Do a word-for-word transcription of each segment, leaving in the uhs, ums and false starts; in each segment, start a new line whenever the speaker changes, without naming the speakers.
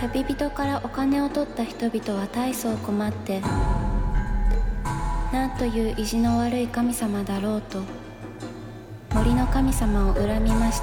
旅人からお金を取った人々は大層困って、なんという意地の悪い神様だろうと森の神様を恨みました。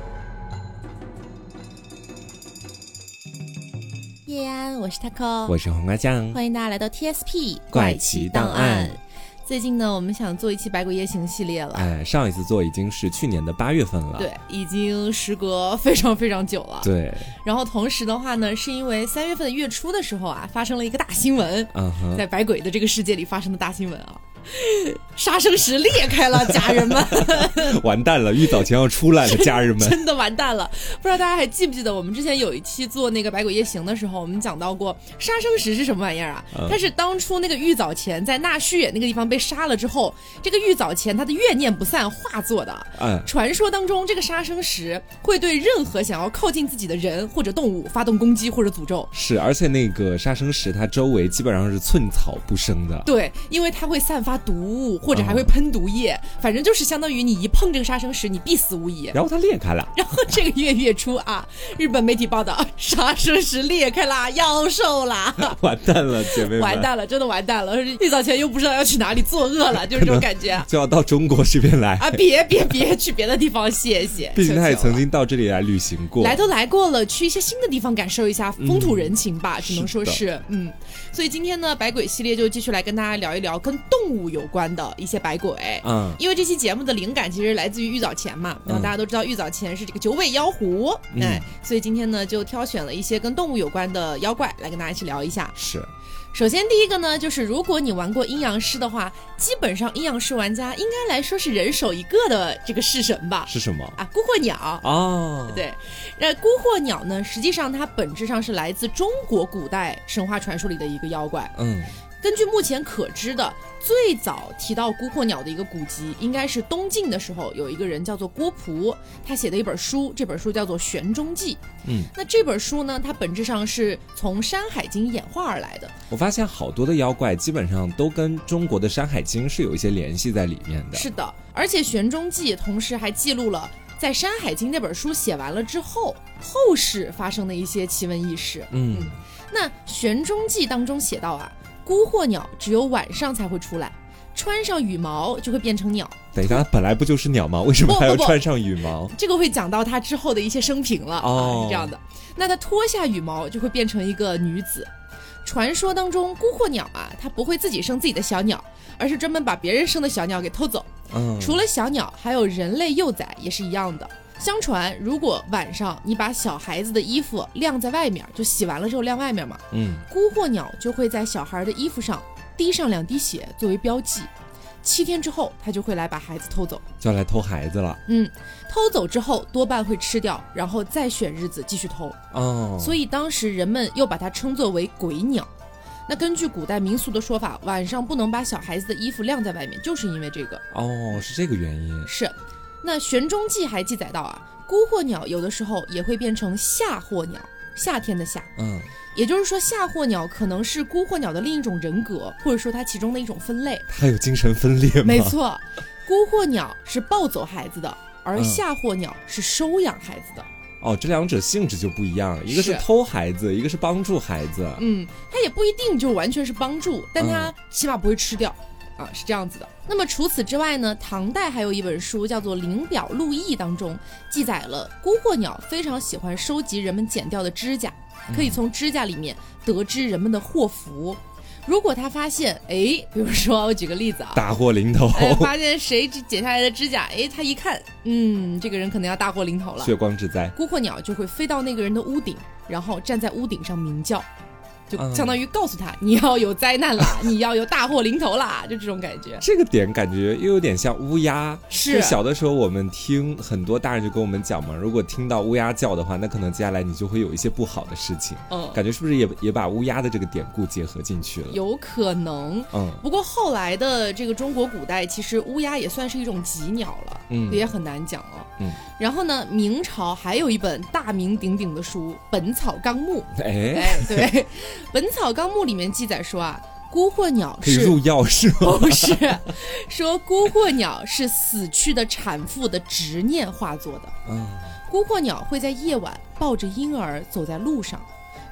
叶安，我是 Taco，
我是黄瓜酱，
欢迎大家来到 T S P
怪奇档案。
最近呢，我们想做一期百鬼夜行系列了。
哎，上一次做已经是去年的八月份了，
对，已经时隔非常非常久了。
对，
然后同时的话呢，是因为三月份的月初的时候啊，发生了一个大新闻，
嗯哼，
在百鬼的这个世界里发生的大新闻啊。杀生石裂开了，家人们
完蛋了，玉藻前要出来了，家人们
真的完蛋了。不知道大家还记不记得我们之前有一期做那个百鬼夜行的时候，我们讲到过杀生石是什么玩意儿啊、嗯、它是当初那个玉藻前在纳须野那个地方被杀了之后，这个玉藻前它的怨念不散化作的、嗯、传说当中这个杀生石会对任何想要靠近自己的人或者动物发动攻击或者诅咒。
是，而且那个杀生石它周围基本上是寸草不生的。
对，因为它会散发毒物或者还会喷毒液、嗯、反正就是相当于你一碰这个杀生石你必死无疑。
然后它裂开了，
然后这个月月初啊，日本媒体报道杀生石裂开啦，夭寿啦，
完蛋了姐妹们，
完蛋了，真的完蛋了，玉藻前又不知道要去哪里作恶了，就是这种感觉，
就要到中国这边来
啊！别别别去别的地方，谢谢。
毕竟他也曾经到这里来旅行过，
来都来过了，去一些新的地方感受一下风土人情吧、嗯、只能说是, 是嗯。所以今天呢，百鬼系列就继续来跟大家聊一聊跟动物有关的一些百鬼。嗯，因为这期节目的灵感其实来自于玉藻前嘛，然后大家都知道玉藻前是这个九尾妖狐，嗯、哎，所以今天呢就挑选了一些跟动物有关的妖怪来跟大家一起聊一下。
是。
首先第一个呢，就是如果你玩过阴阳师的话，基本上阴阳师玩家应该来说是人手一个的这个式神吧。
是什么
啊？孤鹤鸟
哦。
对，那孤鹤鸟呢，实际上它本质上是来自中国古代神话传说里的一个妖怪。嗯。根据目前可知的，最早提到孤鹤鸟的一个古籍应该是东晋的时候，有一个人叫做郭璞，他写的一本书，这本书叫做《玄中记》。嗯，那这本书呢，它本质上是从《山海经》演化而来的。
我发现好多的妖怪基本上都跟中国的《山海经》是有一些联系在里面的。
是的，而且《玄中记》同时还记录了在《山海经》那本书写完了之后，后世发生的一些奇闻异事。嗯，嗯那《玄中记》当中写到啊，孤鹤鸟只有晚上才会出来，穿上羽毛就会变成鸟。
等一下，它本来不就是鸟吗？为什么还要穿上羽毛？不不不
这个会讲到它之后的一些生平了、哦啊、是这样的。那它脱下羽毛就会变成一个女子。传说当中孤鹤鸟啊，它不会自己生自己的小鸟，而是专门把别人生的小鸟给偷走、嗯、除了小鸟还有人类幼崽也是一样的。相传如果晚上你把小孩子的衣服晾在外面，就洗完了之后晾外面嘛，嗯，孤鹤鸟就会在小孩的衣服上滴上两滴血作为标记，七天之后他就会来把孩子偷走，
就要来偷孩子了。
嗯，偷走之后多半会吃掉，然后再选日子继续偷。哦，所以当时人们又把它称作为鬼鸟。那根据古代民俗的说法，晚上不能把小孩子的衣服晾在外面，就是因为这个。
哦，是这个原因。
是。那《玄中记》还记载到啊，孤鹤鸟有的时候也会变成夏鹤鸟，夏天的夏。嗯，也就是说夏鹤鸟可能是孤鹤鸟的另一种人格，或者说它其中的一种分类。
它有精神分裂吗？
没错，孤鹤鸟是抱走孩子的，而夏鹤鸟是收养孩子的。
哦，这两者性质就不一样，一个是偷孩子，一个是帮助孩子。
嗯，它也不一定就完全是帮助，但它起码不会吃掉。啊，是这样子的。那么除此之外呢，唐代还有一本书叫做《灵表录异》，当中记载了孤鹤鸟非常喜欢收集人们剪掉的指甲，可以从指甲里面得知人们的祸福。如果他发现，哎，比如说我举个例子啊，
大祸临头，
哎，发现谁剪下来的指甲，哎，他一看，嗯，这个人可能要大祸临头了，
血光之灾，
孤鹤鸟就会飞到那个人的屋顶，然后站在屋顶上鸣叫。就相当于告诉他、嗯、你要有灾难啦，你要有大祸临头啦，就这种感觉。
这个点感觉又有点像乌鸦。
是，
小的时候我们听很多大人就跟我们讲嘛，如果听到乌鸦叫的话，那可能接下来你就会有一些不好的事情。嗯，感觉是不是也也把乌鸦的这个典故结合进去了？
有可能。嗯，不过后来的这个中国古代，其实乌鸦也算是一种吉鸟了，嗯，也很难讲哦。嗯，然后呢，明朝还有一本大名鼎鼎的书《本草纲目》。哎，哎对，《本草纲目》里面记载说啊，孤鹤鸟是
可以入药是吗？
不是，说孤鹤鸟是死去的产妇的执念化作的。嗯，孤鹤鸟会在夜晚抱着婴儿走在路上，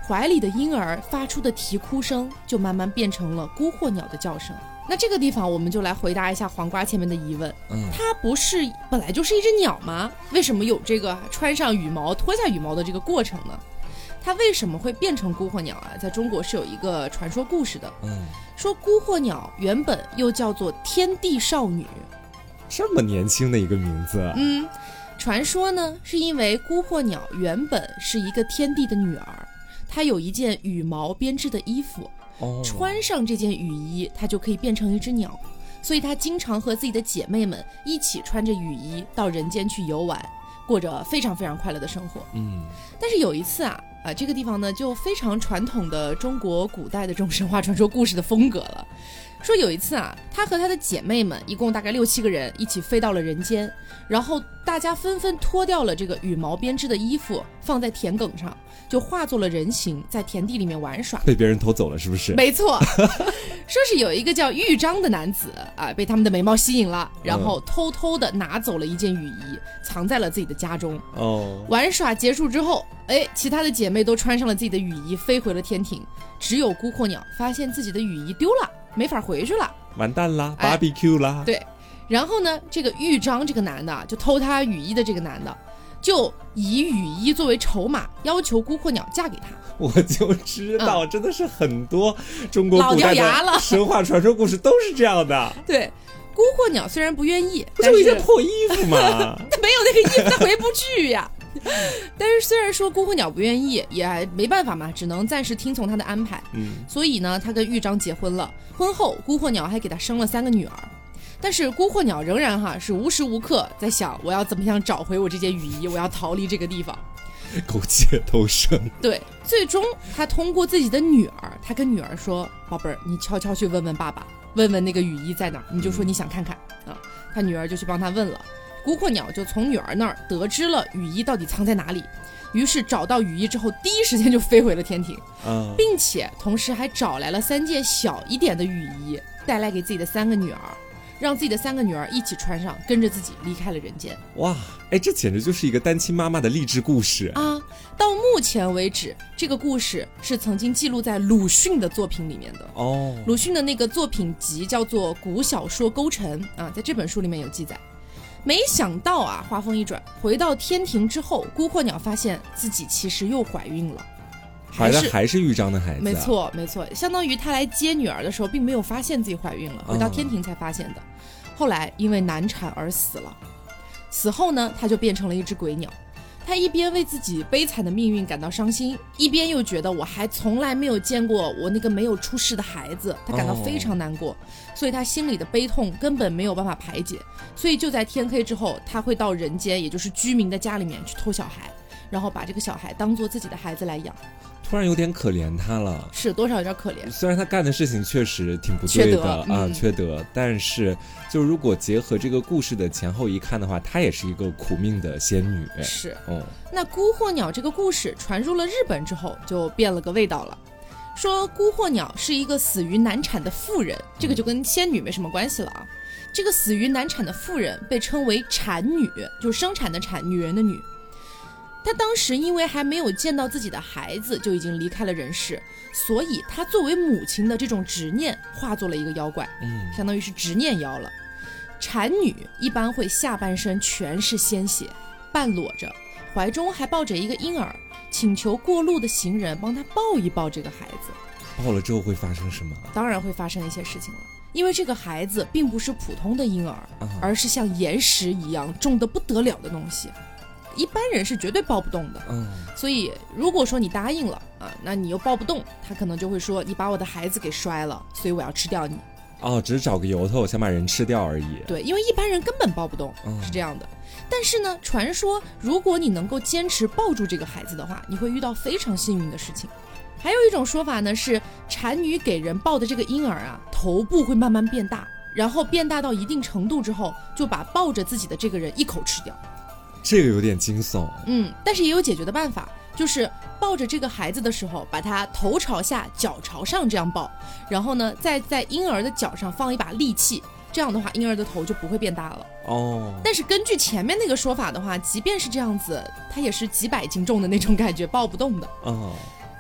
怀里的婴儿发出的啼哭声就慢慢变成了孤惑鸟的叫声。那这个地方我们就来回答一下黄瓜前面的疑问，嗯，它不是本来就是一只鸟吗？为什么有这个穿上羽毛脱下羽毛的这个过程呢？它为什么会变成孤惑鸟啊？在中国是有一个传说故事的，嗯，说孤惑鸟原本又叫做天地少女。
这么年轻的一个名字。
嗯，传说呢是因为孤惑鸟原本是一个天帝的女儿，她有一件羽毛编织的衣服，哦，穿上这件羽衣她就可以变成一只鸟，所以她经常和自己的姐妹们一起穿着羽衣到人间去游玩，过着非常非常快乐的生活。嗯，但是有一次啊啊，这个地方呢就非常传统的中国古代的这种神话传说故事的风格了。说有一次啊，她和她的姐妹们一共大概六七个人一起飞到了人间，然后大家纷纷脱掉了这个羽毛编织的衣服，放在田埂上，就化作了人形，在田地里面玩耍。
被别人偷走了是不是？
没错。说是有一个叫豫章的男子啊，被他们的美貌吸引了，然后偷偷的拿走了一件羽衣，藏在了自己的家中。哦，玩耍结束之后，哎，其他的姐妹都穿上了自己的羽衣，飞回了天庭，只有孤惑鸟发现自己的羽衣丢了，没法回去了，
完蛋啦 ，barbecue 啦。
对，然后呢，这个豫章这个男的，就偷他羽衣的这个男的，就以羽衣作为筹码，要求孤惑鸟嫁给他。
我就知道，嗯、真的是很多中国古代的神话传说故事都是这样的。
对，孤惑鸟虽然不愿意，
不是有一件破衣服吗？
他没有那个衣服，他回不去呀。但是虽然说孤惑鸟不愿意，也没办法嘛，只能暂时听从他的安排。嗯，所以呢，他跟豫章结婚了。婚后，孤惑鸟还给他生了三个女儿。但是孤惑鸟仍然哈是无时无刻在想，我要怎么样找回我这件羽衣，我要逃离这个地方。
苟且偷生。
对，最终他通过自己的女儿，他跟女儿说：“宝贝儿，你悄悄去问问爸爸，问问那个羽衣在哪儿，你就说你想看看啊。”他女儿就去帮他问了。孤惑鸟就从女儿那儿得知了羽衣到底藏在哪里，于是找到羽衣之后，第一时间就飞回了天庭，嗯、并且同时还找来了三件小一点的羽衣，带来给自己的三个女儿，让自己的三个女儿一起穿上，跟着自己离开了人间。
哇，哎，这简直就是一个单亲妈妈的励志故事
啊！到目前为止，这个故事是曾经记录在鲁迅的作品里面的哦。鲁迅的那个作品集叫做《古小说勾陈》啊，在这本书里面有记载。没想到啊，话锋一转，回到天庭之后，孤惑鸟发现自己其实又怀孕了，
怀的还是豫章的孩子、啊。
没错，没错，相当于他来接女儿的时候，并没有发现自己怀孕了，回到天庭才发现的。哦、后来因为难产而死了，死后呢，他就变成了一只鬼鸟。他一边为自己悲惨的命运感到伤心，一边又觉得我还从来没有见过我那个没有出世的孩子，他感到非常难过，哦、所以他心里的悲痛根本没有办法排解，所以就在天黑之后，他会到人间，也就是居民的家里面去偷小孩，然后把这个小孩当做自己的孩子来养。
突然有点可怜他了，
是多少有点可怜。
虽然他干的事情确实挺不对的啊、嗯，缺德，但是就如果结合这个故事的前后一看的话，她也是一个苦命的仙女。
是，嗯。那孤惑鸟这个故事传入了日本之后，就变了个味道了。说孤惑鸟是一个死于难产的妇人，这个就跟仙女没什么关系了啊。这个死于难产的妇人被称为产女，就是生产的产，女人的女。她当时因为还没有见到自己的孩子就已经离开了人世，所以她作为母亲的这种执念化作了一个妖怪，嗯，相当于是执念妖了。产女一般会下半身全是鲜血，半裸着，怀中还抱着一个婴儿，请求过路的行人帮她抱一抱这个孩子。
抱了之后会发生什么？
当然会发生一些事情了，因为这个孩子并不是普通的婴儿，啊、而是像岩石一样重得不得了的东西。一般人是绝对抱不动的，嗯，所以如果说你答应了啊，那你又抱不动，他可能就会说你把我的孩子给摔了，所以我要吃掉你。
哦，只是找个由头想把人吃掉而已。
对，因为一般人根本抱不动，嗯、是这样的。但是呢，传说如果你能够坚持抱住这个孩子的话，你会遇到非常幸运的事情。还有一种说法呢，是产女给人抱的这个婴儿啊，头部会慢慢变大，然后变大到一定程度之后，就把抱着自己的这个人一口吃掉。
这个有点惊悚，
嗯，但是也有解决的办法，就是抱着这个孩子的时候，把他头朝下，脚朝上这样抱，然后呢，再在婴儿的脚上放一把利器，这样的话，婴儿的头就不会变大了。哦，但是根据前面那个说法的话，即便是这样子，他也是几百斤重的那种感觉，抱不动的。哦，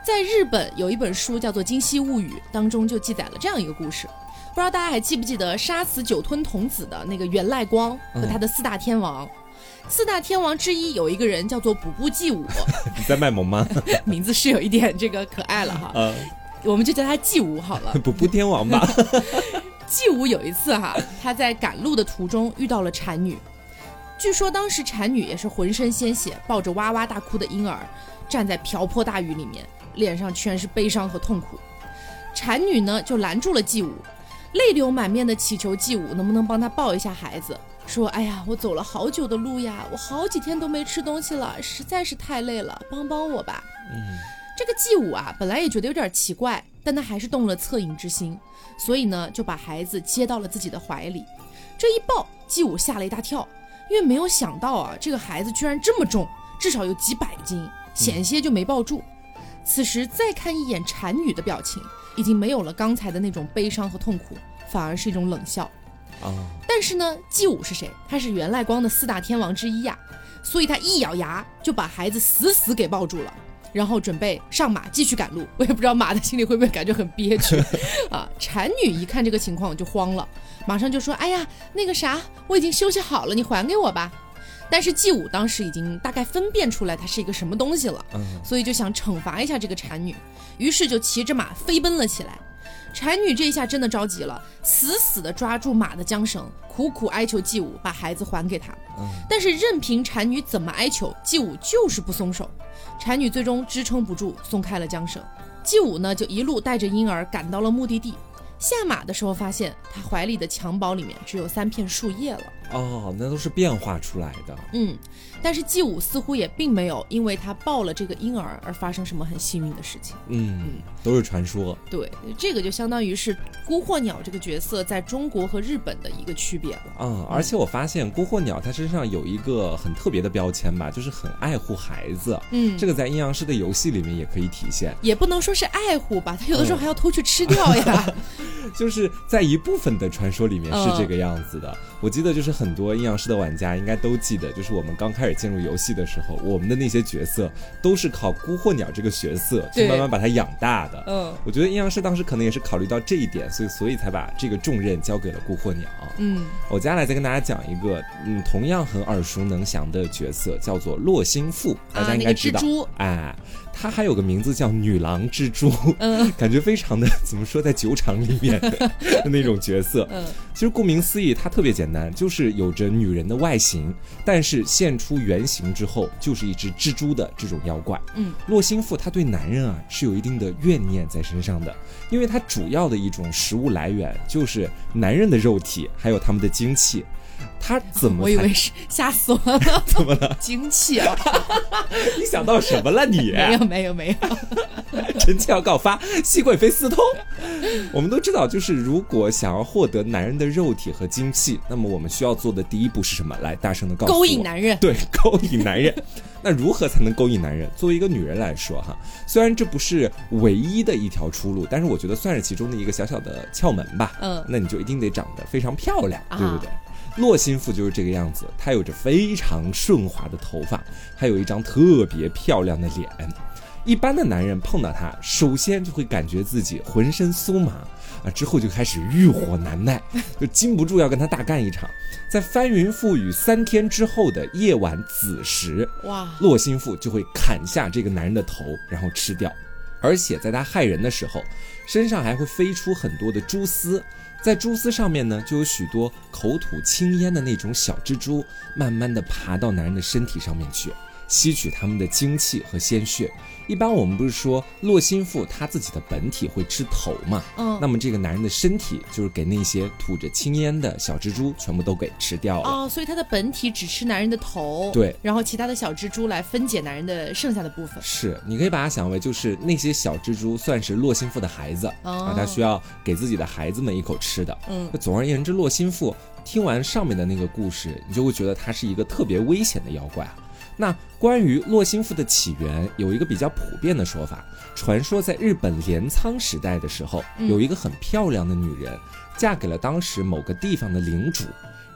在日本有一本书叫做《今昔物语》，当中就记载了这样一个故事，不知道大家还记不记得杀死九吞童子的那个源赖光和他的四大天王、嗯、四大天王之一有一个人叫做补部继武
你在卖萌吗？
名字是有一点这个可爱了哈、呃、我们就叫他继武好了，
补部天王吧
继武有一次哈，他在赶路的途中遇到了产女，据说当时产女也是浑身鲜血，抱着哇哇大哭的婴儿，站在瓢泼大雨里面，脸上全是悲伤和痛苦。产女呢就拦住了继武，泪流满面的祈求继武能不能帮他抱一下孩子，说哎呀，我走了好久的路呀，我好几天都没吃东西了，实在是太累了，帮帮我吧。嗯，这个继武啊本来也觉得有点奇怪，但他还是动了恻隐之心，所以呢就把孩子接到了自己的怀里。这一抱，继武吓了一大跳，因为没有想到啊，这个孩子居然这么重，至少有几百斤，险些就没抱住。嗯、此时再看一眼产女的表情，已经没有了刚才的那种悲伤和痛苦，反而是一种冷笑。哦，但是呢，继武是谁？他是源赖光的四大天王之一呀、啊，所以他一咬牙就把孩子死死给抱住了，然后准备上马继续赶路。我也不知道马的心里会不会感觉很憋屈啊。产女一看这个情况就慌了，马上就说：“哎呀，那个啥，我已经休息好了，你还给我吧。”但是继武当时已经大概分辨出来它是一个什么东西了，嗯、所以就想惩罚一下这个产女，于是就骑着马飞奔了起来。产女这一下真的着急了，死死地抓住马的缰绳，苦苦哀求继武把孩子还给他。嗯、但是任凭产女怎么哀求，继武就是不松手。产女最终支撑不住，松开了缰绳。继武呢就一路带着婴儿赶到了目的地。下马的时候发现他怀里的襁褓里面只有三片树叶了。
哦，那都是变化出来的。
嗯，但是继武似乎也并没有因为他抱了这个婴儿而发生什么很幸运的事情。
嗯，嗯都是传说。
对，这个就相当于是孤惑鸟这个角色在中国和日本的一个区别了。
嗯，而且我发现孤惑鸟它身上有一个很特别的标签吧，就是很爱护孩子。嗯，这个在阴阳师的游戏里面也可以体现。
也不能说是爱护吧，他有的时候还要偷去吃掉呀。嗯
就是在一部分的传说里面是这个样子的、嗯、我记得就是很多阴阳师的玩家应该都记得，就是我们刚开始进入游戏的时候，我们的那些角色都是靠孤惑鸟这个角色去慢慢把它养大的。嗯，我觉得阴阳师当时可能也是考虑到这一点，所以所以才把这个重任交给了孤惑鸟。嗯，我接下来再跟大家讲一个嗯同样很耳熟能详的角色，叫做洛心腹，大家应该知道。啊，那个蜘蛛。哎，他还有个名字叫女郎蜘蛛，嗯，感觉非常的怎么说，在酒场里面的那种角色。嗯，其实顾名思义，它特别简单，就是有着女人的外形，但是现出原形之后就是一只蜘蛛的这种妖怪。嗯，洛心腹他对男人啊是有一定的怨念在身上的，因为他主要的一种食物来源就是男人的肉体，还有他们的精气。他怎么？
我以为是吓死我了。
怎么了？
精气啊！
你想到什么了你？
没有没有没有。
臣妾要告发熹贵妃私通。我们都知道，就是如果想要获得男人的肉体和精气，那么我们需要做的第一步是什么？来，大声的告诉我。
勾引男人。
对，勾引男人。那如何才能勾引男人？作为一个女人来说哈，虽然这不是唯一的一条出路，但是我觉得算是其中的一个小小的窍门吧。嗯，那你就一定得长得非常漂亮，啊、对不对？洛心腹就是这个样子，她有着非常顺滑的头发，还有一张特别漂亮的脸。一般的男人碰到她，首先就会感觉自己浑身酥麻啊，之后就开始欲火难耐，就禁不住要跟她大干一场。在翻云覆雨三天之后的夜晚子时，哇，洛心腹就会砍下这个男人的头，然后吃掉。而且在他害人的时候，身上还会飞出很多的蛛丝，在蛛丝上面呢，就有许多口吐青烟的那种小蜘蛛，慢慢的爬到男人的身体上面去，吸取他们的精气和鲜血。一般我们不是说洛心腹他自己的本体会吃头嘛？嗯，那么这个男人的身体就是给那些吐着青烟的小蜘蛛全部都给吃掉了。
哦，所以他的本体只吃男人的头，
对，
然后其他的小蜘蛛来分解男人的剩下的部分。
是，你可以把它想为就是那些小蜘蛛算是洛心腹的孩子，哦，他需要给自己的孩子们一口吃的。嗯，总而言之，洛心腹听完上面的那个故事，你就会觉得他是一个特别危险的妖怪啊。那关于洛心腹的起源，有一个比较普遍的说法，传说在日本镰仓时代的时候，有一个很漂亮的女人嫁给了当时某个地方的领主，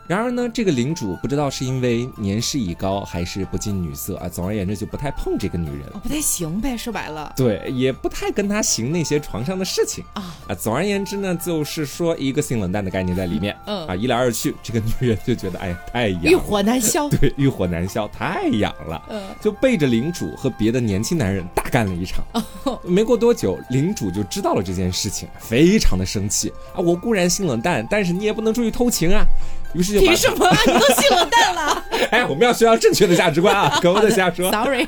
然而呢，这个领主不知道是因为年事已高还是不近女色啊，总而言之就不太碰这个女人，
哦，不太行呗，说白了，
对，也不太跟她行那些床上的事情啊啊。总而言之呢，就是说一个性冷淡的概念在里面，嗯啊，一来二去，这个女人就觉得哎呀太痒了，
欲火难消，
对，欲火难消，太痒了，嗯，就背着领主和别的年轻男人大干了一场。哦、没过多久，领主就知道了这件事情，非常的生气啊！我固然性冷淡，但是你也不能出去偷情啊。于是就
凭什么啊？你都性冷淡了？
哎，我们要学到正确的价值观啊！狗的瞎说
，sorry。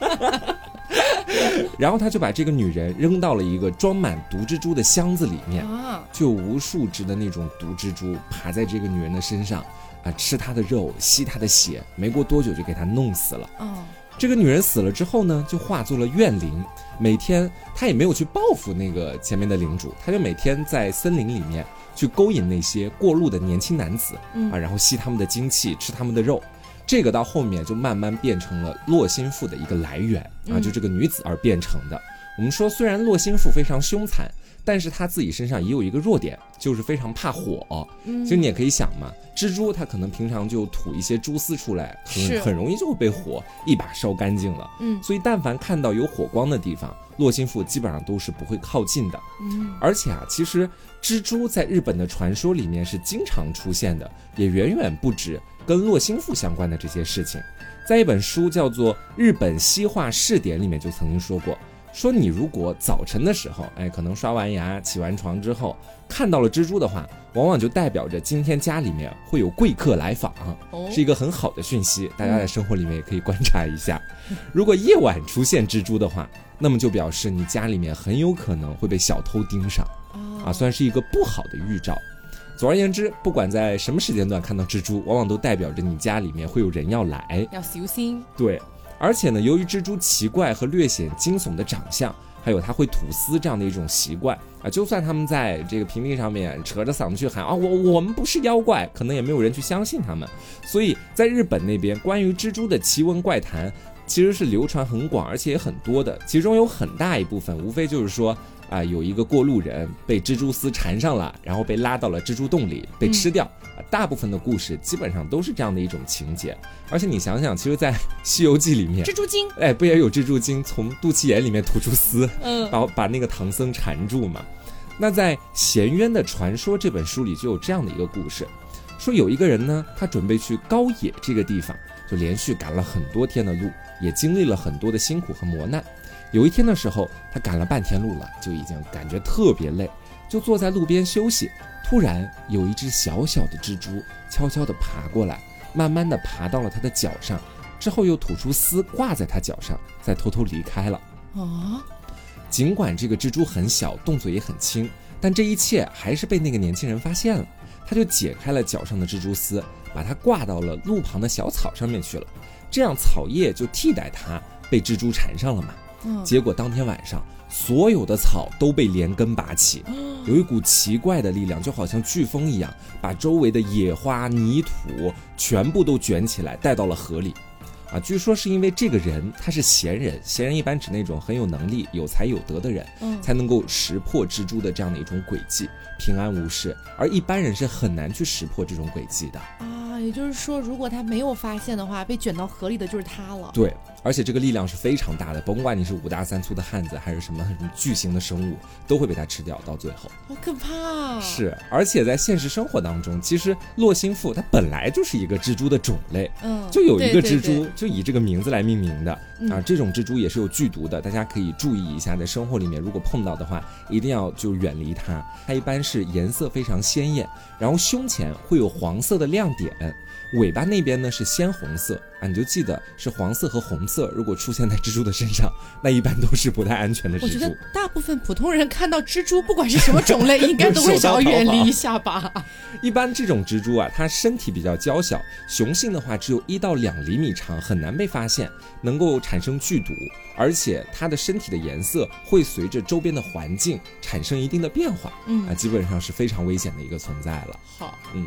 然后他就把这个女人扔到了一个装满毒蜘蛛的箱子里面，啊、就有无数只的那种毒蜘蛛爬在这个女人的身上啊，吃她的肉，吸她的血，没过多久就给她弄死了。哦。这个女人死了之后呢，就化作了怨灵。每天她也没有去报复那个前面的领主，她就每天在森林里面去勾引那些过路的年轻男子，嗯、啊，然后吸他们的精气，吃他们的肉。这个到后面就慢慢变成了洛心腹的一个来源啊，就这个女子而变成的。我们说，虽然洛心腹非常凶残，但是他自己身上也有一个弱点，就是非常怕火。嗯，其实你也可以想嘛，蜘蛛它可能平常就吐一些蛛丝出来，很很容易就会被火一把烧干净了。嗯，所以但凡看到有火光的地方，洛心腹基本上都是不会靠近的。嗯，而且啊，其实蜘蛛在日本的传说里面是经常出现的，也远远不止跟洛心腹相关的这些事情。在一本书叫做《日本西化试点》里面就曾经说过，说你如果早晨的时候，哎，可能刷完牙起完床之后看到了蜘蛛的话，往往就代表着今天家里面会有贵客来访，哦、是一个很好的讯息，大家在生活里面也可以观察一下。如果夜晚出现蜘蛛的话，那么就表示你家里面很有可能会被小偷盯上，啊，算是一个不好的预兆。总而言之，不管在什么时间段看到蜘蛛，往往都代表着你家里面会有人要来，
要小心。
对，而且呢，由于蜘蛛奇怪和略显惊悚的长相，还有它会吐丝这样的一种习惯啊，就算他们在这个平地上面扯着嗓子去喊啊，我我们不是妖怪，可能也没有人去相信他们。所以在日本那边，关于蜘蛛的奇闻怪谈其实是流传很广，而且也很多的，其中有很大一部分无非就是说啊、呃，有一个过路人被蜘蛛丝缠上了，然后被拉到了蜘蛛洞里被吃掉、嗯呃、大部分的故事基本上都是这样的一种情节。而且你想想，其实在西游记里面
蜘蛛精，
哎，不也有蜘蛛精从肚脐眼里面吐出丝，嗯，把把那个唐僧缠住嘛。那在咸渊的传说这本书里就有这样的一个故事，说有一个人呢，他准备去高野这个地方，就连续赶了很多天的路，也经历了很多的辛苦和磨难。有一天的时候，他赶了半天路了，就已经感觉特别累，就坐在路边休息。突然有一只小小的蜘蛛悄悄地爬过来，慢慢地爬到了他的脚上，之后又吐出丝挂在他脚上，再偷偷离开了。啊！尽管这个蜘蛛很小，动作也很轻，但这一切还是被那个年轻人发现了。他就解开了脚上的蜘蛛丝，把它挂到了路旁的小草上面去了，这样草叶就替代它被蜘蛛缠上了嘛。嗯、结果当天晚上，所有的草都被连根拔起，有一股奇怪的力量，就好像飓风一样，把周围的野花、泥土全部都卷起来，带到了河里。啊，据说是因为这个人他是贤人，贤人一般指那种很有能力、有才有德的人，嗯、才能够识破蜘蛛的这样的一种诡计，平安无事。而一般人是很难去识破这种诡计的。
啊，也就是说，如果他没有发现的话，被卷到河里的就是他了。
对，而且这个力量是非常大的，甭管你是五大三粗的汉子，还是什么什么巨型的生物，都会被他吃掉。到最后，
好可怕啊！是，
而且在现实生活当中，其实洛心腹它本来就是一个蜘蛛的种类，嗯，就有一个蜘蛛。对对对，就以这个名字来命名的、嗯、啊，这种蜘蛛也是有剧毒的，大家可以注意一下，在生活里面如果碰到的话，一定要就远离它。它一般是颜色非常鲜艳，然后胸前会有黄色的亮点，尾巴那边呢是鲜红色啊，你就记得是黄色和红色，如果出现在蜘蛛的身上，那一般都是不太安全的蜘蛛。
我觉得大部分普通人看到蜘蛛，不管是什么种类，应该都会想要远离一下吧。
一般这种蜘蛛啊，它身体比较娇小，雄性的话只有一到两厘米长，很难被发现，能够产生剧毒，而且它的身体的颜色会随着周边的环境产生一定的变化，嗯啊，基本上是非常危险的一个存在了。
好，
嗯。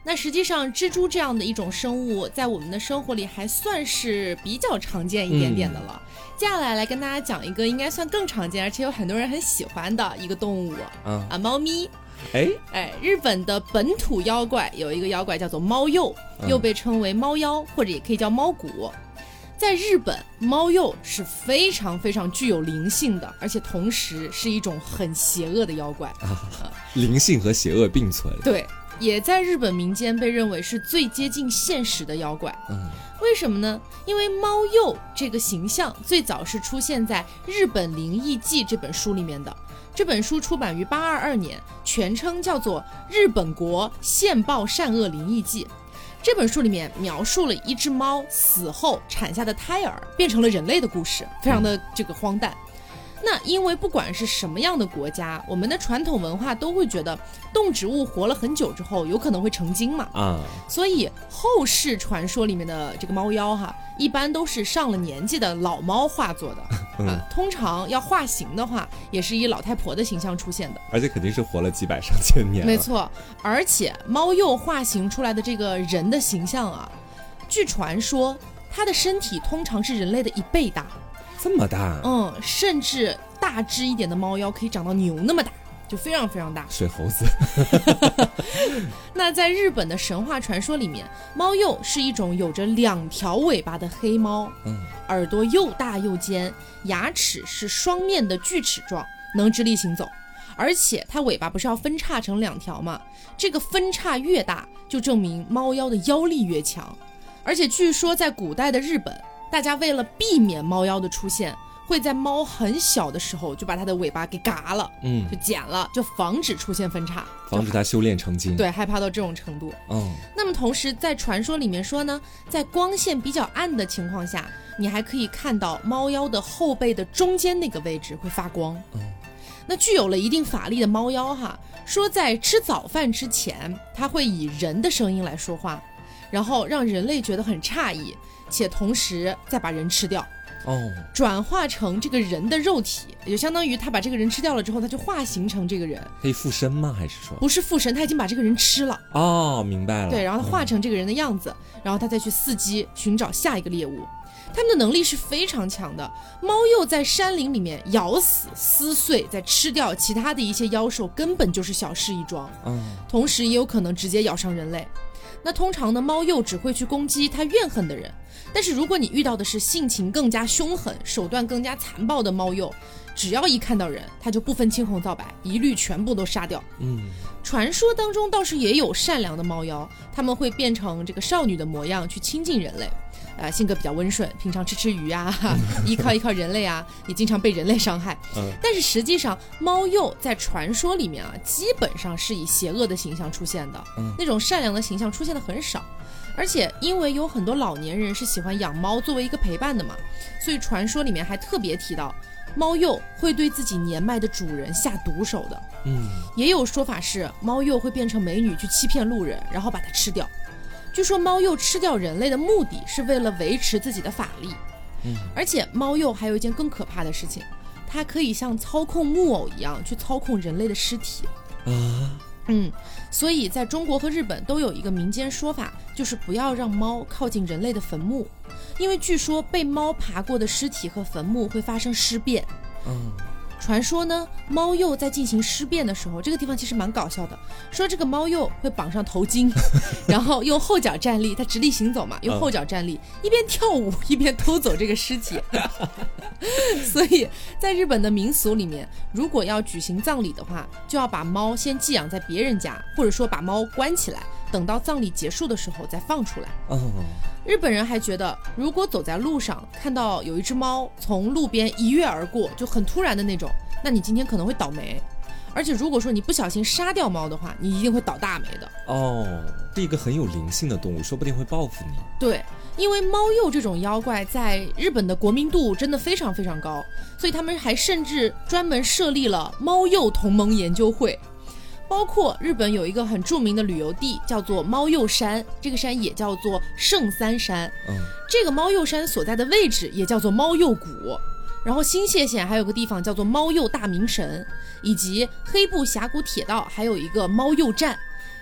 那实际上蜘蛛这样的一种生物在我们的生活里还算是比较常见一点点的了、嗯、接下来来跟大家讲一个应该算更常见而且有很多人很喜欢的一个动物、嗯、啊，猫咪。
哎
哎，日本的本土妖怪有一个妖怪叫做猫鼬，又被称为猫妖、嗯、或者也可以叫猫骨。在日本，猫鼬是非常非常具有灵性的，而且同时是一种很邪恶的妖怪、啊、
灵性和邪恶并存。
对，也在日本民间被认为是最接近现实的妖怪。嗯，为什么呢？因为猫鼬这个形象最早是出现在《日本灵异记》这本书里面的。这本书出版于八二二年，全称叫做《日本国现报善恶灵异记》。这本书里面描述了一只猫死后产下的胎儿变成了人类的故事，非常的这个荒诞。那因为不管是什么样的国家，我们的传统文化都会觉得动植物活了很久之后有可能会成精嘛，啊，所以后世传说里面的这个猫妖哈，一般都是上了年纪的老猫化作的、嗯、啊，通常要化形的话也是以老太婆的形象出现的，
而且肯定是活了几百上千年了。
没错，而且猫鼬化形出来的这个人的形象啊，据传说他的身体通常是人类的一倍大。
这么大？
嗯，甚至大只一点的猫妖可以长到牛那么大，就非常非常大。
水猴子。
那在日本的神话传说里面，猫鼬是一种有着两条尾巴的黑猫，嗯，耳朵又大又尖，牙齿是双面的锯齿状，能直立行走。而且它尾巴不是要分叉成两条吗？这个分叉越大，就证明猫妖的妖力越强。而且据说在古代的日本，大家为了避免猫妖的出现，会在猫很小的时候就把它的尾巴给嘎了，嗯，就剪了，就防止出现分叉，
防止它修炼成精。
对，害怕到这种程度。嗯，那么同时在传说里面说呢，在光线比较暗的情况下，你还可以看到猫妖的后背的中间那个位置会发光。嗯，那具有了一定法力的猫妖哈，说在吃早饭之前，它会以人的声音来说话，然后让人类觉得很诧异，且同时再把人吃掉，哦，转化成这个人的肉体，也就相当于他把这个人吃掉了之后，他就化形成这个人。
可以附身吗？还是说
不是附身，他已经把这个人吃了。
哦，明白了。
对，然后他化成这个人的样子、嗯、然后他再去伺机寻找下一个猎物。他们的能力是非常强的，猫鼬在山林里面咬死撕碎再吃掉其他的一些妖兽，根本就是小事一桩。嗯，同时也有可能直接咬伤人类。那通常呢，猫鼬只会去攻击他怨恨的人，但是如果你遇到的是性情更加凶狠、手段更加残暴的猫鼬，只要一看到人，他就不分青红皂白，一律全部都杀掉。嗯，传说当中倒是也有善良的猫妖，他们会变成这个少女的模样去亲近人类。呃，性格比较温顺，平常吃吃鱼啊，依靠依靠人类啊，也经常被人类伤害。嗯，但是实际上，猫鼬在传说里面啊，基本上是以邪恶的形象出现的，嗯，那种善良的形象出现的很少。而且因为有很多老年人是喜欢养猫作为一个陪伴的嘛，所以传说里面还特别提到，猫鼬会对自己年迈的主人下毒手的。嗯，也有说法是猫鼬会变成美女去欺骗路人，然后把它吃掉。据说猫鼬吃掉人类的目的是为了维持自己的法力。嗯，而且猫鼬还有一件更可怕的事情，它可以像操控木偶一样去操控人类的尸体啊。嗯，所以在中国和日本都有一个民间说法，就是不要让猫靠近人类的坟墓，因为据说被猫爬过的尸体和坟墓会发生尸变。嗯，传说呢，猫鼬在进行尸变的时候，这个地方其实蛮搞笑的，说这个猫鼬会绑上头巾，然后用后脚站立，它直立行走嘛，用后脚站立，一边跳舞一边偷走这个尸体。所以在日本的民俗里面，如果要举行葬礼的话，就要把猫先寄养在别人家，或者说把猫关起来，等到葬礼结束的时候再放出来。哦，日本人还觉得，如果走在路上看到有一只猫从路边一跃而过，就很突然的那种，那你今天可能会倒霉。而且如果说你不小心杀掉猫的话，你一定会倒大霉的。哦，
是一个很有灵性的动物，说不定会报复你。
对，因为猫鼬这种妖怪在日本的国民度真的非常非常高，所以他们还甚至专门设立了猫鼬同盟研究会。包括日本有一个很著名的旅游地叫做猫鼬山，这个山也叫做圣三山。嗯，这个猫鼬山所在的位置也叫做猫鼬谷。然后新泻县还有个地方叫做猫鼬大明神，以及黑部峡谷铁道还有一个猫鼬站，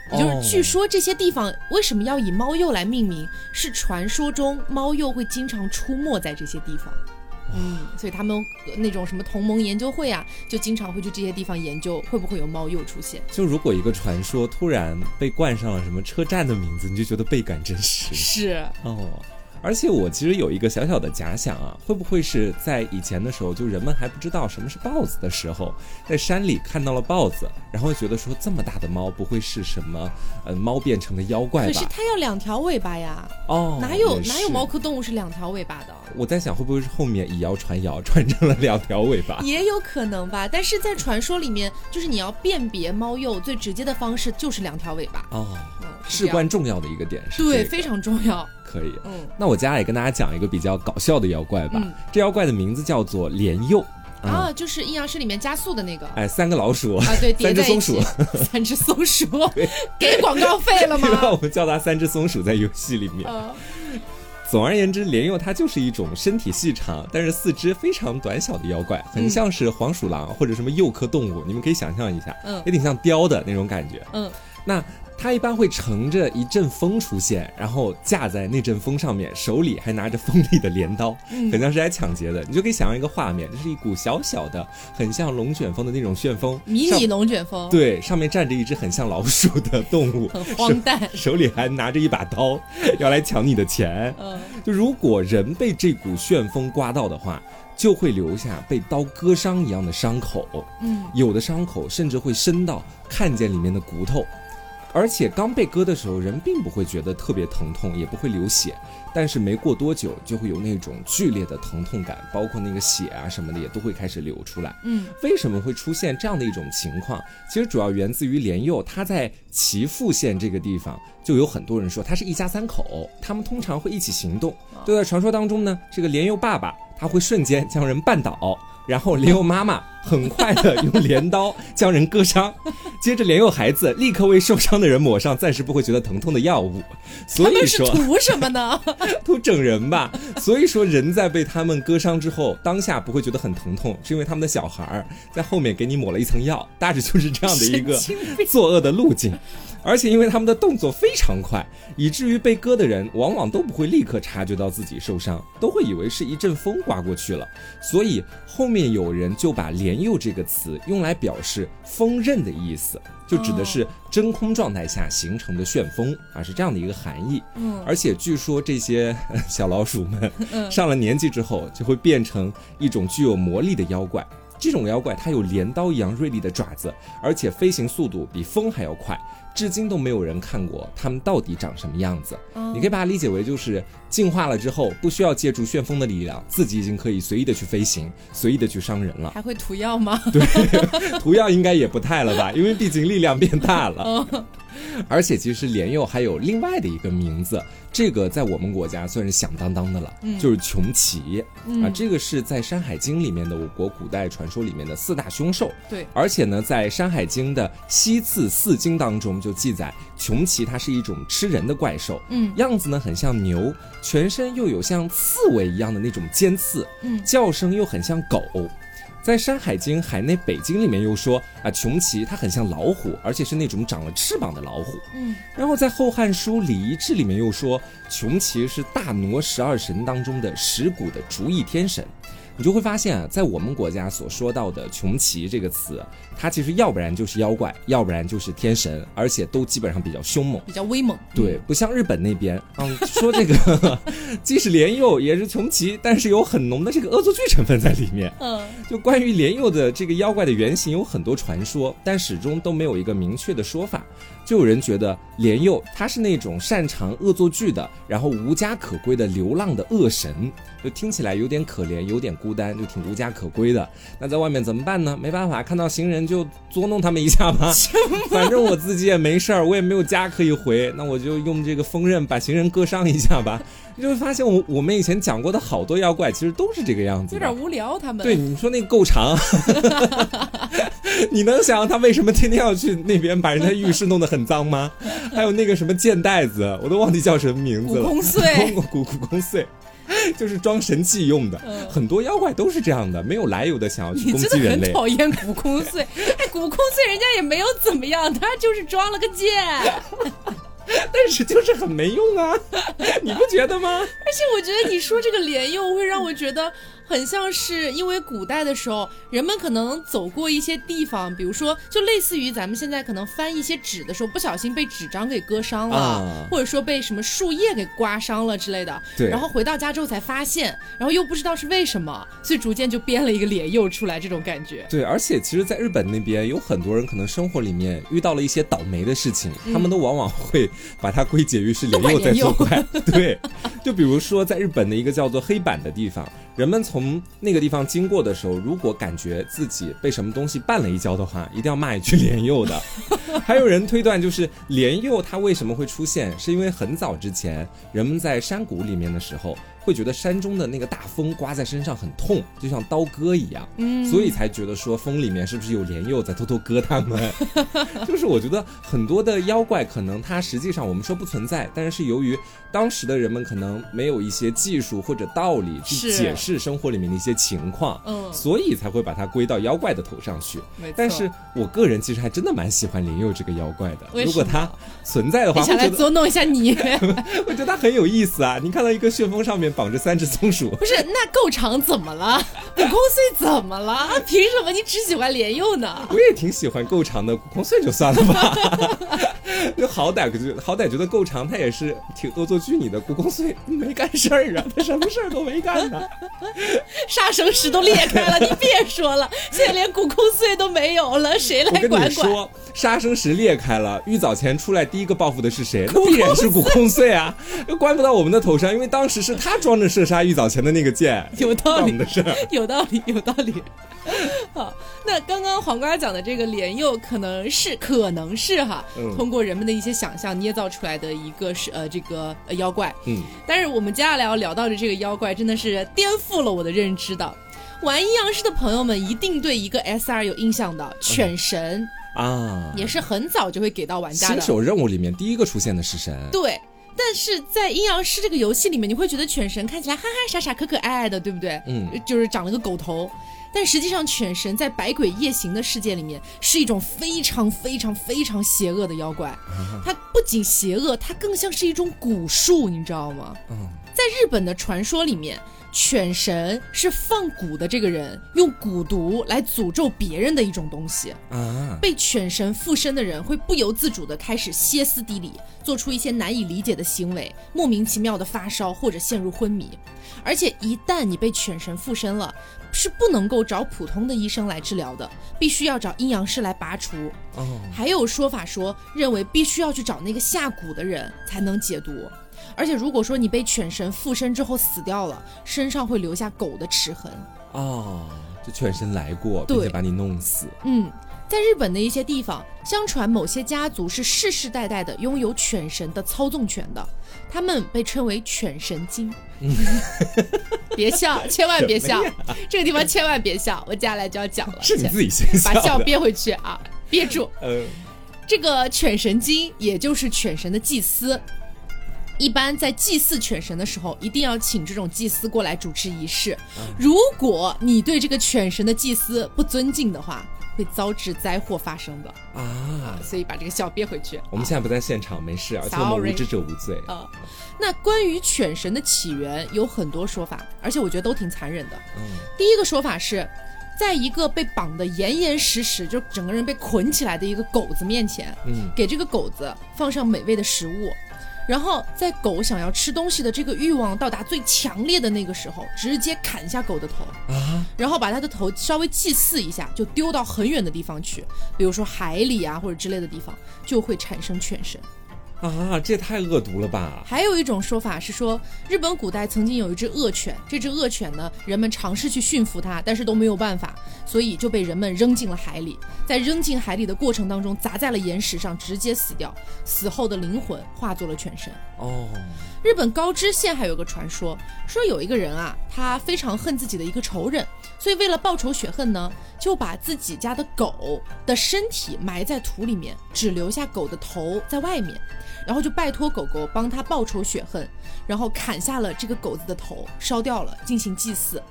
也就是据说这些地方为什么要以猫鼬来命名，是传说中猫鼬会经常出没在这些地方。嗯，所以他们那种什么同盟研究会啊，就经常会去这些地方研究会不会有猫鼬出现。
就如果一个传说突然被冠上了什么车站的名字，你就觉得倍感真实。
是哦。
而且我其实有一个小小的假想啊，会不会是在以前的时候，就人们还不知道什么是豹子的时候，在山里看到了豹子，然后觉得说这么大的猫不会是什么呃猫变成的妖怪吧？
可是它要两条尾巴呀！哦，哪有哪有猫科动物是两条尾巴的？
我在想会不会是后面以谣传谣传成了两条尾巴？
也有可能吧。但是在传说里面，就是你要辨别猫鼬最直接的方式就是两条尾巴。哦，
嗯、事关重要的一个点是、这个、
对，非常重要。
可以，嗯，那我接下来跟大家讲一个比较搞笑的妖怪吧。嗯、这妖怪的名字叫做莲鼬。
嗯、啊，就是阴阳师里面加速的那个。
哎，三个老鼠
啊，对，
三只松鼠，
三只松鼠，给广告费了吗？
我们叫它三只松鼠在游戏里面。啊、总而言之，莲鼬它就是一种身体细长，但是四肢非常短小的妖怪，很像是黄鼠狼或者什么鼬科动物，你们可以想象一下，嗯，有点像雕的那种感觉，嗯，那。它一般会乘着一阵风出现，然后架在那阵风上面，手里还拿着锋利的镰刀，嗯、很像是来抢劫的。你就可以想象一个画面，这是一股小小的很像龙卷风的那种旋风，
迷你龙卷风，
对，上面站着一只很像老鼠的动物，
很荒诞，
手, 手里还拿着一把刀要来抢你的钱。嗯、就如果人被这股旋风刮到的话，就会留下被刀割伤一样的伤口，嗯，有的伤口甚至会深到看见里面的骨头。而且刚被割的时候，人并不会觉得特别疼痛，也不会流血，但是没过多久就会有那种剧烈的疼痛感，包括那个血啊什么的也都会开始流出来。嗯，为什么会出现这样的一种情况？其实主要源自于莲鼬，它在岐阜县这个地方就有很多人说它是一家三口，他们通常会一起行动。就在传说当中呢，这个莲鼬爸爸他会瞬间将人绊倒，然后莲鼬妈妈很快的用镰刀将人割伤，接着莲鼬孩子立刻为受伤的人抹上暂时不会觉得疼痛的药物。所以说
他们是图什么呢？
图整人吧。所以说人在被他们割伤之后，当下不会觉得很疼痛，是因为他们的小孩在后面给你抹了一层药，大致就是这样的一个作恶的路径。而且因为他们的动作非常快，以至于被割的人往往都不会立刻察觉到自己受伤，都会以为是一阵风刮过去了。所以后面有人就把莲鼬这个词用来表示风刃的意思，就指的是真空状态下形成的旋风啊，是这样的一个含义。嗯，而且据说这些小老鼠们上了年纪之后就会变成一种具有魔力的妖怪。这种妖怪它有镰刀一样锐利的爪子，而且飞行速度比风还要快，至今都没有人看过它们到底长什么样子。嗯、你可以把它理解为就是进化了之后不需要借助旋风的力量，自己已经可以随意的去飞行，随意的去伤人了。
还会涂药吗？
对，涂药应该也不太了吧，因为毕竟力量变大了。哦，而且其实莲鼬还有另外的一个名字，这个在我们国家算是响当当的了，嗯、就是穷奇、嗯、啊，这个是在《山海经》里面的我国古代传说里面的四大凶兽。
对，
而且呢，在《山海经》的西次四经当中就记载，穷奇它是一种吃人的怪兽，嗯，样子呢很像牛，全身又有像刺猬一样的那种尖刺，嗯，叫声又很像狗。在《山海经·海内北经》里面又说啊，穷奇它很像老虎，而且是那种长了翅膀的老虎。嗯，然后在《后汉书·礼仪志》里面又说，穷奇是大挪十二神当中的石鼓的逐翼天神。你就会发现啊，在我们国家所说到的穷奇这个词，它其实要不然就是妖怪，要不然就是天神，而且都基本上比较凶猛，
比较威猛。
对，不像日本那边，嗯，说这个既是莲鼬也是穷奇，但是有很浓的这个恶作剧成分在里面。嗯，就关于莲鼬的这个妖怪的原型有很多传说，但始终都没有一个明确的说法。就有人觉得莲鼬他是那种擅长恶作剧的，然后无家可归的流浪的恶神，就听起来有点可怜，有点孤单，就挺无家可归的。那在外面怎么办呢？没办法，看到行人就捉弄他们一下吧。反正我自己也没事儿，我也没有家可以回，那我就用这个锋刃把行人割伤一下吧。你就会发现我我们以前讲过的好多妖怪其实都是这个样子的，
有点无聊他们。
对，你说那个够长你能想他为什么天天要去那边把人家浴室弄得很脏吗？还有那个什么剑袋子，我都忘记叫什么名字了，
古空碎
古古空碎就是装神器用的、嗯、很多妖怪都是这样的，没有来由的想要去攻击人类。
你真的很讨厌古空碎哎，古古空碎人家也没有怎么样，他就是装了个剑。
但是就是很没用啊，你不觉得吗？而
且我觉得你说这个莲佑会让我觉得很像是因为古代的时候人们可能走过一些地方，比如说就类似于咱们现在可能翻一些纸的时候不小心被纸张给割伤了、啊、或者说被什么树叶给刮伤了之类的，对，然后回到家之后才发现，然后又不知道是为什么，所以逐渐就编了一个莲佑出来，这种感觉。
对，而且其实在日本那边有很多人可能生活里面遇到了一些倒霉的事情、嗯、他们都往往会把它归结于是莲佑在作怪。对，就比如说在日本的一个叫做黑板的地方，人们从那个地方经过的时候，如果感觉自己被什么东西绊了一跤的话，一定要骂一句莲佑的。还有人推断就是莲佑它为什么会出现，是因为很早之前人们在山谷里面的时候会觉得山中的那个大风刮在身上很痛，就像刀割一样、嗯、所以才觉得说风里面是不是有莲佑在偷偷割他们。就是我觉得很多的妖怪可能它实际上我们说不存在，但是由于当时的人们可能没有一些技术或者道理去解释生活里面的一些情况、嗯、所以才会把它归到妖怪的头上去。但是我个人其实还真的蛮喜欢莲佑这个妖怪的，如果它存在的话，
你想来捉弄一下你。
我觉得它很有意思啊，你看到一个旋风上面绑着三只松鼠，
不是，那够长怎么了？古空碎怎么了？凭什么你只喜欢莲佑呢？
我也挺喜欢够长的古空碎就算了吧。就好歹好歹觉得够长，他也是挺恶作剧你的。古空碎没干事儿啊，他什么事儿都没干呢。
杀生石都裂开了，你别说了，现在连古空碎都没有了，谁来管管？
我跟你说，杀生石裂开了，玉藻前出来第一个报复的是谁？那必然是古空碎啊，又关不到我们的头上，因为当时是他装着射杀玉藻前的那个剑。
有道理
的事，
有道理，有道理。好，那刚刚黄瓜讲的这个莲佑可能是可能是哈、嗯，通过人们的一些想象捏造出来的一个是呃这个、呃、妖怪。嗯，但是我们接下来要聊到的这个妖怪真的是颠覆了我的认知的。玩阴阳师的朋友们一定对一个 S R 有印象的，犬神、嗯、啊，也是很早就会给到玩家的。
新手任务里面第一个出现的是神。
对。但是在阴阳师这个游戏里面，你会觉得犬神看起来哈哈傻傻可可爱爱的，对不对？嗯，就是长了个狗头。但实际上犬神在百鬼夜行的世界里面是一种非常非常非常邪恶的妖怪。它不仅邪恶，它更像是一种蛊术，你知道吗？嗯，在日本的传说里面，犬神是放蛊的这个人用蛊毒来诅咒别人的一种东西啊。被犬神附身的人会不由自主地开始歇斯底里，做出一些难以理解的行为，莫名其妙的发烧或者陷入昏迷。而且一旦你被犬神附身了，是不能够找普通的医生来治疗的，必须要找阴阳师来拔除。哦，还有说法说认为必须要去找那个下蛊的人才能解毒。而且如果说你被犬神附身之后死掉了，身上会留下狗的齿痕。哦，
就犬神来过并且把你弄死。
嗯，在日本的一些地方，相传某些家族是世世代代的拥有犬神的操纵权的，他们被称为犬神精。嗯、别笑，千万别笑，这个地方千万别笑，我接下来就要讲了。
是你自己先笑的，
把笑憋回去啊，憋住。嗯，这个犬神精也就是犬神的祭司。一般在祭祀犬神的时候，一定要请这种祭司过来主持仪式。如果你对这个犬神的祭司不尊敬的话，会遭致灾祸发生的 啊, 啊所以把这个笑憋回去。
我们现在不在现场，没事，而且我们无知者无罪啊。
那关于犬神的起源有很多说法，而且我觉得都挺残忍的。嗯，第一个说法是，在一个被绑得严严实实，就整个人被捆起来的一个狗子面前，嗯，给这个狗子放上美味的食物。然后在狗想要吃东西的这个欲望到达最强烈的那个时候，直接砍下狗的头啊，然后把它的头稍微祭祀一下，就丢到很远的地方去，比如说海里啊或者之类的地方，就会产生犬神。
啊，这也太恶毒了吧！
还有一种说法是说，日本古代曾经有一只恶犬，这只恶犬呢，人们尝试去驯服它，但是都没有办法，所以就被人们扔进了海里。在扔进海里的过程当中，砸在了岩石上，直接死掉。死后的灵魂化作了犬神。哦，日本高知县还有个传说，说有一个人啊，他非常恨自己的一个仇人，所以为了报仇雪恨呢，就把自己家的狗的身体埋在土里面，只留下狗的头在外面。然后就拜托狗狗帮他报仇雪恨，然后砍下了这个狗子的头，烧掉了，进行祭祀。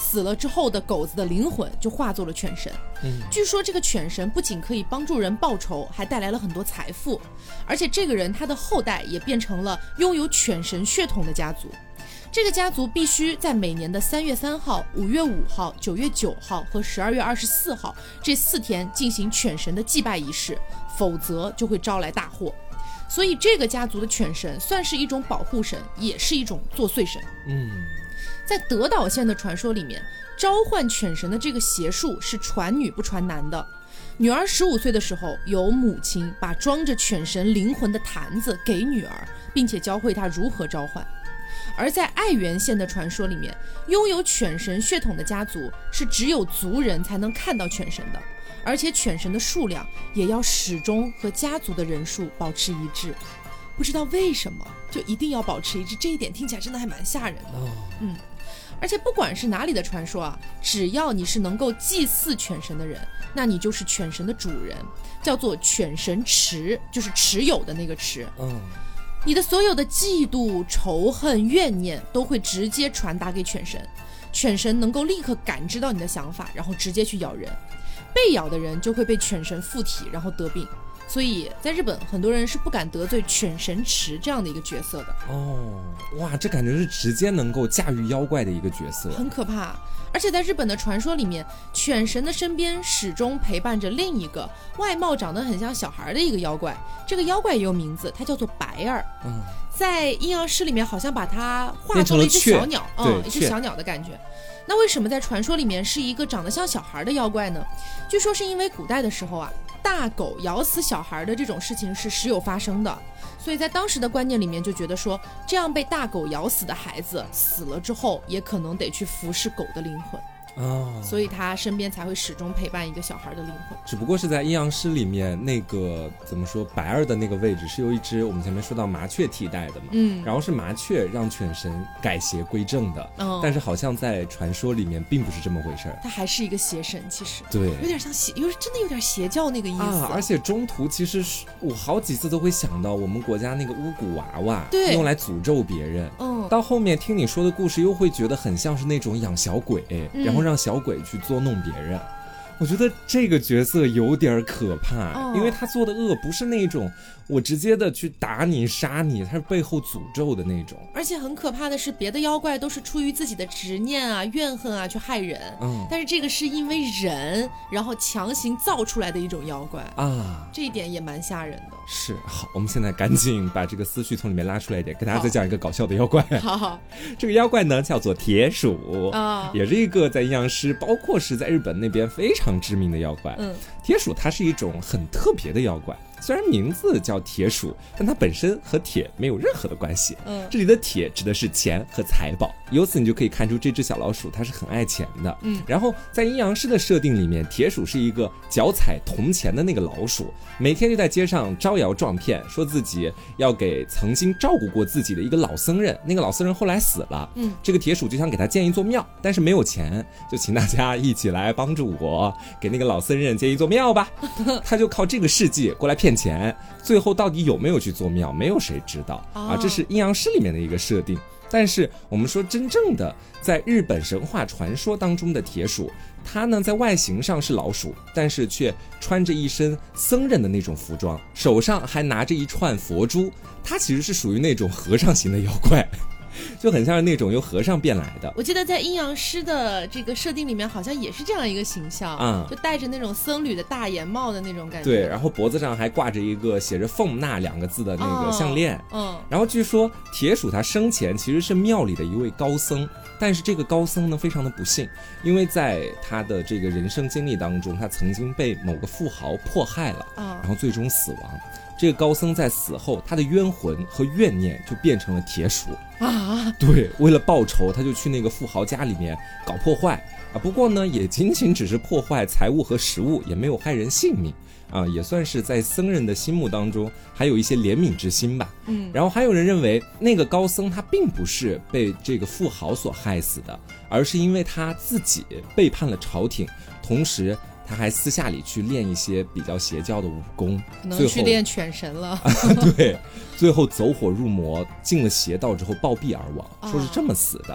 死了之后的狗子的灵魂就化作了犬神。嗯，据说这个犬神不仅可以帮助人报仇，还带来了很多财富，而且这个人他的后代也变成了拥有犬神血统的家族。这个家族必须在每年的三月三号、五月五号、九月九号和十二月二十四号这四天进行犬神的祭拜仪式，否则就会招来大祸。所以这个家族的犬神算是一种保护神，也是一种作祟神。
嗯，
在德岛县的传说里面，召唤犬神的这个邪术是传女不传男的。女儿十五岁的时候，由母亲把装着犬神灵魂的坛子给女儿，并且教会她如何召唤。而在爱媛县的传说里面，拥有犬神血统的家族是只有族人才能看到犬神的，而且犬神的数量也要始终和家族的人数保持一致。不知道为什么就一定要保持一致，这一点听起来真的还蛮吓人的。嗯，而且不管是哪里的传说啊，只要你是能够祭祀犬神的人，那你就是犬神的主人，叫做犬神持，就是持有的那个持。
嗯，
你的所有的嫉妒、仇恨、怨念都会直接传达给犬神，犬神能够立刻感知到你的想法，然后直接去咬人。被咬的人就会被犬神附体，然后得病。所以在日本，很多人是不敢得罪犬神持这样的一个角色的。
哦，哇，这感觉是直接能够驾驭妖怪的一个角色，
很可怕。而且在日本的传说里面，犬神的身边始终陪伴着另一个外貌长得很像小孩的一个妖怪，这个妖怪也有名字，它叫做白儿。
嗯，
在阴阳师里面好像把它画作了一只小鸟，
嗯，
一只小鸟的感觉。那为什么在传说里面是一个长得像小孩的妖怪呢？据说是因为古代的时候啊，大狗咬死小孩的这种事情是时有发生的，所以在当时的观念里面就觉得说，这样被大狗咬死的孩子死了之后也可能得去服侍狗的灵魂。
哦，
所以他身边才会始终陪伴一个小孩的灵魂。
只不过是在阴阳师里面，那个怎么说，白儿的那个位置是由一只我们前面说到麻雀替代的嘛，
嗯，
然后是麻雀让犬神改邪归正的，
嗯，
但是好像在传说里面并不是这么回事儿，
他还是一个邪神，其实
对，
有点像邪，有真的有点邪教那个意思
啊。而且中途其实是我好几次都会想到我们国家那个巫蛊娃娃，
对，
用来诅咒别人，
嗯，
到后面听你说的故事又会觉得很像是那种养小鬼，嗯，然后让小鬼去捉弄别人。我觉得这个角色有点可怕，哦，因为他做的恶不是那种我直接的去打你杀你，他是背后诅咒的那种。
而且很可怕的是，别的妖怪都是出于自己的执念啊、怨恨啊去害人，
嗯，
但是这个是因为人然后强行造出来的一种妖怪
啊，
这一点也蛮吓人的。
是，好，我们现在赶紧把这个思绪从里面拉出来一点，跟大家再讲一个搞笑的妖怪。
好好，
这个妖怪呢叫做铁鼠啊，也是一个在阴阳师包括是在日本那边非常知名的妖怪。
嗯，
铁鼠它是一种很特别的妖怪，虽然名字叫铁鼠，但它本身和铁没有任何的关系。
嗯，
这里的铁指的是钱和财宝，由此你就可以看出这只小老鼠它是很爱钱的。
嗯，
然后在阴阳师的设定里面，铁鼠是一个脚踩铜钱的那个老鼠，每天就在街上招摇撞骗，说自己要给曾经照顾过自己的一个老僧人，那个老僧人后来死了。
嗯，
这个铁鼠就想给他建一座庙，但是没有钱，就请大家一起来帮助我给那个老僧人建一座庙吧。他就靠这个事迹过来骗钱，最后到底有没有去做庙，没有谁知道。
哦，
啊，这是阴阳师里面的一个设定。但是我们说真正的在日本神话传说当中的铁鼠，它呢在外形上是老鼠，但是却穿着一身僧人的那种服装，手上还拿着一串佛珠，它其实是属于那种和尚型的妖怪，就很像是那种由和尚变来的。
我记得在阴阳师的这个设定里面好像也是这样一个形象，
嗯，
就戴着那种僧侣的大檐帽的那种感觉。
对，然后脖子上还挂着一个写着凤纳两个字的那个项链。
嗯，嗯，
然后据说铁鼠他生前其实是庙里的一位高僧，但是这个高僧呢非常的不幸，因为在他的这个人生经历当中，他曾经被某个富豪迫害了，
嗯，
然后最终死亡。这个高僧在死后，他的冤魂和怨念就变成了铁鼠
啊！
对，为了报仇，他就去那个富豪家里面搞破坏啊。不过呢，也仅仅只是破坏财物和食物，也没有害人性命啊，也算是在僧人的心目当中还有一些怜悯之心吧。
嗯，
然后还有人认为，那个高僧他并不是被这个富豪所害死的，而是因为他自己背叛了朝廷，同时他还私下里去练一些比较邪教的武功，
可能去练犬神了。
对，最后走火入魔，进了邪道之后暴毙而亡，说是这么死的。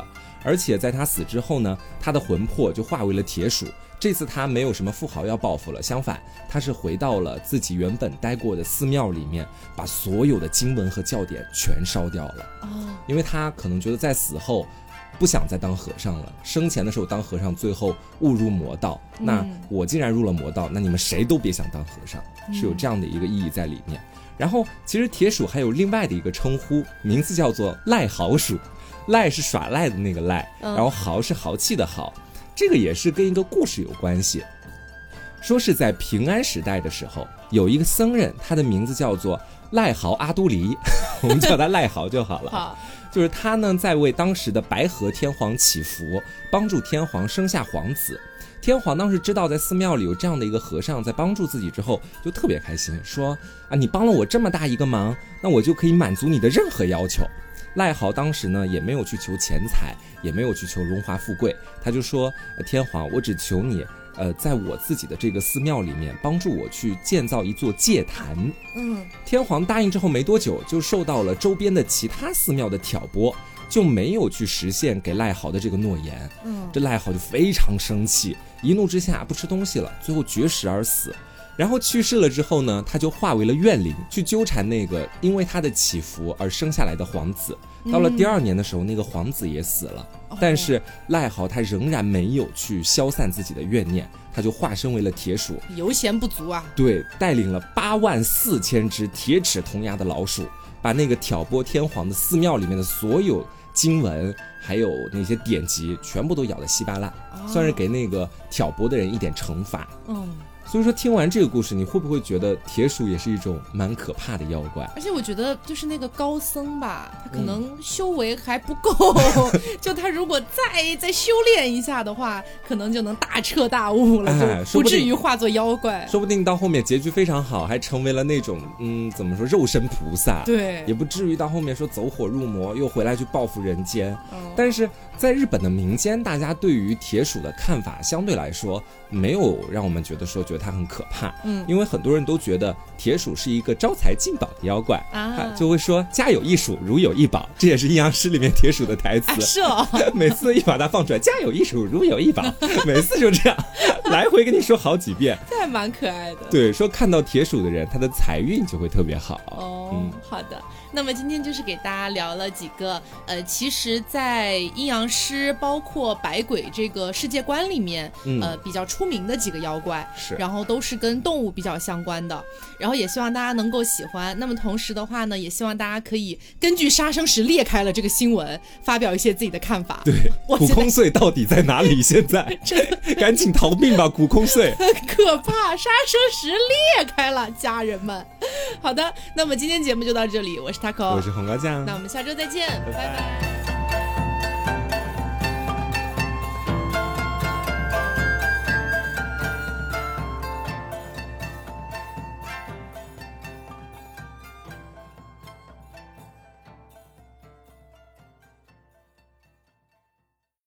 而且在他死之后呢，他的魂魄就化为了铁鼠。这次他没有什么富豪要报复了，相反他是回到了自己原本待过的寺庙里面，把所有的经文和教典全烧掉了。哦，因为他可能觉得在死后不想再当和尚了，生前的时候当和尚，最后误入魔道，嗯、那我既然入了魔道，那你们谁都别想当和尚，是有这样的一个意义在里面。然后其实铁鼠还有另外的一个称呼，名字叫做赖豪鼠，赖是耍赖的那个赖，然后豪是豪气的豪。这个也是跟一个故事有关系，说是在平安时代的时候，有一个僧人，他的名字叫做赖豪阿都黎，我们叫他赖豪就好了。好，就是他呢在为当时的白河天皇祈福，帮助天皇生下皇子。天皇当时知道在寺庙里有这样的一个和尚在帮助自己之后，就特别开心，说啊，你帮了我这么大一个忙，那我就可以满足你的任何要求。赖豪当时呢也没有去求钱财，也没有去求荣华富贵，他就说、呃、天皇，我只求你呃，在我自己的这个寺庙里面帮助我去建造一座戒坛。嗯，天皇答应之后没多久，就受到了周边的其他寺庙的挑拨，就没有去实现给赖豪的这个诺言。嗯，这赖豪就非常生气，一怒之下不吃东西了，最后绝食而死。然后去世了之后呢，他就化为了怨灵，去纠缠那个因为他的祈福而生下来的皇子。到了第二年的时候，那个皇子也死了，嗯、但是赖豪他仍然没有去消散自己的怨念，他就化身为了铁鼠，
油钱不足啊。
对，带领了八万四千只铁齿铜牙的老鼠，把那个挑拨天皇的寺庙里面的所有经文还有那些典籍全部都咬得稀巴烂，哦、算是给那个挑拨的人一点惩罚。嗯。所以说听完这个故事，你会不会觉得铁鼠也是一种蛮可怕的妖怪？
而且我觉得就是那个高僧吧，他可能修为还不够、嗯、就他如果再再修炼一下的话，可能就能大彻大悟了、哎、就不至于化作妖怪。
说不定到后面结局非常好，还成为了那种嗯怎么说肉身菩萨，
对，
也不至于到后面说走火入魔又回来去报复人间、嗯、但是在日本的民间，大家对于铁鼠的看法相对来说没有让我们觉得说觉得它很可怕，嗯，因为很多人都觉得铁鼠是一个招财进宝的妖怪啊，就会说家有一鼠如有一宝，这也是阴阳师里面铁鼠的台词，啊、
是哦，
每次一把它放出来，家有一鼠如有一宝，每次就这样来回跟你说好几遍，
这还蛮可爱的。
对，说看到铁鼠的人，他的财运就会特别好。
哦，嗯，好的。那么今天就是给大家聊了几个呃，其实在阴阳师包括百鬼这个世界观里面、嗯、呃比较出名的几个妖怪，
是，
然后都是跟动物比较相关的，然后也希望大家能够喜欢。那么同时的话呢，也希望大家可以根据杀生石裂开了这个新闻发表一些自己的看法。
对，古空穗到底在哪里？现在赶紧逃命吧，古空穗
很可怕，杀生石裂开了，家人们。好的，那么今天节目就到这里，我是 Taco，
我是黄瓜酱，
那我们下周再见，拜拜。